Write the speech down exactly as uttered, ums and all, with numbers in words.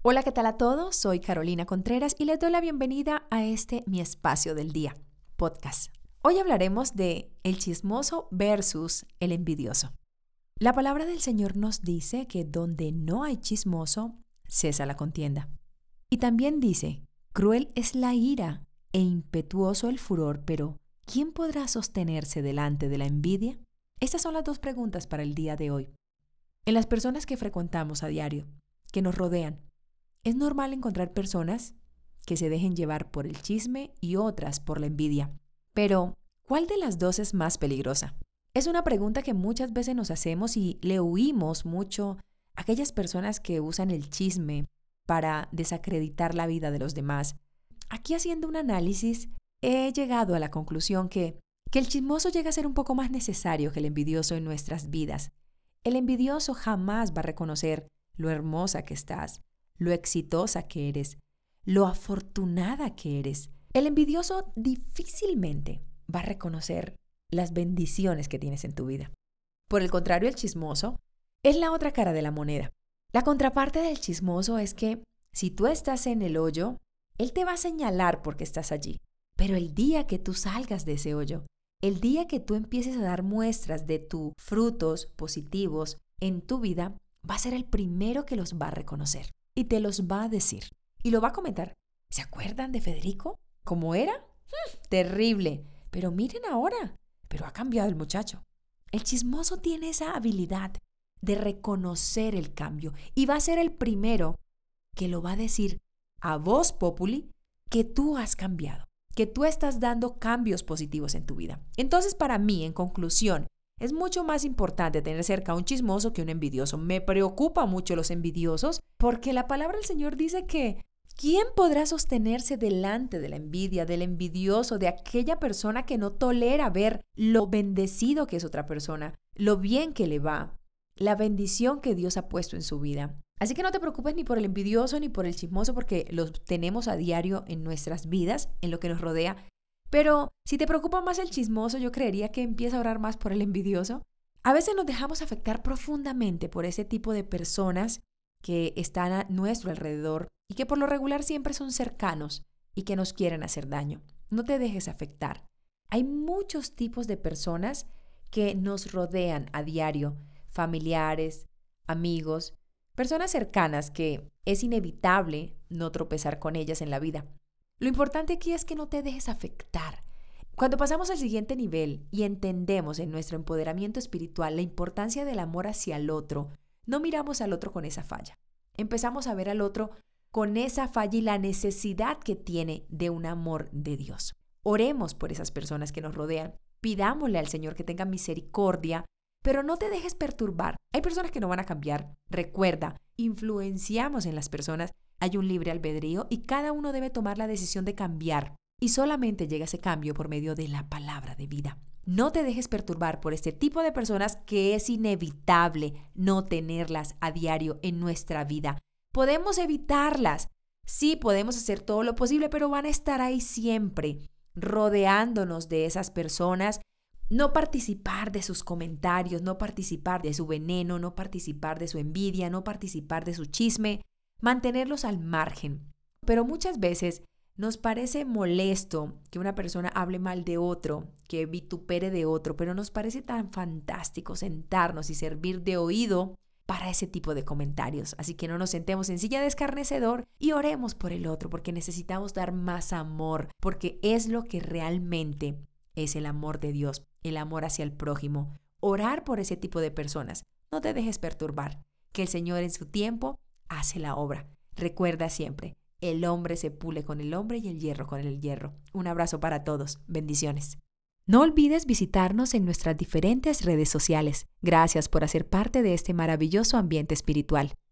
Hola, ¿qué tal a todos? Soy Carolina Contreras y les doy la bienvenida a este Mi Espacio del Día, podcast. Hoy hablaremos de el chismoso versus el envidioso. La palabra del Señor nos dice que donde no hay chismoso, cesa la contienda. Y también dice, cruel es la ira e impetuoso el furor, pero ¿quién podrá sostenerse delante de la envidia? Estas son las dos preguntas para el día de hoy. En las personas que frecuentamos a diario, que nos rodean, es normal encontrar personas que se dejen llevar por el chisme y otras por la envidia. Pero, ¿cuál de las dos es más peligrosa? Es una pregunta que muchas veces nos hacemos y le huimos mucho a aquellas personas que usan el chisme para desacreditar la vida de los demás. Aquí, haciendo un análisis, he llegado a la conclusión que, que el chismoso llega a ser un poco más necesario que el envidioso en nuestras vidas. El envidioso jamás va a reconocer lo hermosa que estás, lo exitosa que eres, lo afortunada que eres. El envidioso difícilmente va a reconocer las bendiciones que tienes en tu vida. Por el contrario, el chismoso es la otra cara de la moneda. La contraparte del chismoso es que si tú estás en el hoyo, él te va a señalar porque estás allí. Pero el día que tú salgas de ese hoyo, el día que tú empieces a dar muestras de tus frutos positivos en tu vida, va a ser el primero que los va a reconocer. Y te los va a decir. Y lo va a comentar. ¿Se acuerdan de Federico? ¿Cómo era? ¡Hmm! Terrible. Pero miren ahora. Pero ha cambiado el muchacho. El chismoso tiene esa habilidad de reconocer el cambio. Y va a ser el primero que lo va a decir a voz populi que tú has cambiado. Que tú estás dando cambios positivos en tu vida. Entonces, para mí, en conclusión, es mucho más importante tener cerca a un chismoso que un envidioso. Me preocupa mucho los envidiosos porque la palabra del Señor dice que ¿quién podrá sostenerse delante de la envidia, del envidioso, de aquella persona que no tolera ver lo bendecido que es otra persona, lo bien que le va, la bendición que Dios ha puesto en su vida? Así que no te preocupes ni por el envidioso ni por el chismoso porque los tenemos a diario en nuestras vidas, en lo que nos rodea. Pero si te preocupa más el chismoso, yo creería que empieza a orar más por el envidioso. A veces nos dejamos afectar profundamente por ese tipo de personas que están a nuestro alrededor y que por lo regular siempre son cercanos y que nos quieren hacer daño. No te dejes afectar. Hay muchos tipos de personas que nos rodean a diario, familiares, amigos, personas cercanas que es inevitable no tropezar con ellas en la vida. Lo importante aquí es que no te dejes afectar. Cuando pasamos al siguiente nivel y entendemos en nuestro empoderamiento espiritual la importancia del amor hacia el otro, no miramos al otro con esa falla. Empezamos a ver al otro con esa falla y la necesidad que tiene de un amor de Dios. Oremos por esas personas que nos rodean. Pidámosle al Señor que tenga misericordia, pero no te dejes perturbar. Hay personas que no van a cambiar. Recuerda, influenciamos en las personas. Hay un libre albedrío y cada uno debe tomar la decisión de cambiar. Y solamente llega ese cambio por medio de la palabra de vida. No te dejes perturbar por este tipo de personas que es inevitable no tenerlas a diario en nuestra vida. Podemos evitarlas. Sí, podemos hacer todo lo posible, pero van a estar ahí siempre, rodeándonos de esas personas. No participar de sus comentarios, no participar de su veneno, no participar de su envidia, no participar de su chisme. Mantenerlos al margen. Pero muchas veces nos parece molesto que una persona hable mal de otro, que vitupere de otro, pero nos parece tan fantástico sentarnos y servir de oído para ese tipo de comentarios. Así que no nos sentemos en silla de escarnecedor y oremos por el otro, porque necesitamos dar más amor, porque es lo que realmente es el amor de Dios, el amor hacia el prójimo. Orar por ese tipo de personas. No te dejes perturbar, que el Señor en su tiempo hace la obra. Recuerda siempre, el hombre se pule con el hombre y el hierro con el hierro. Un abrazo para todos. Bendiciones. No olvides visitarnos en nuestras diferentes redes sociales. Gracias por hacer parte de este maravilloso ambiente espiritual.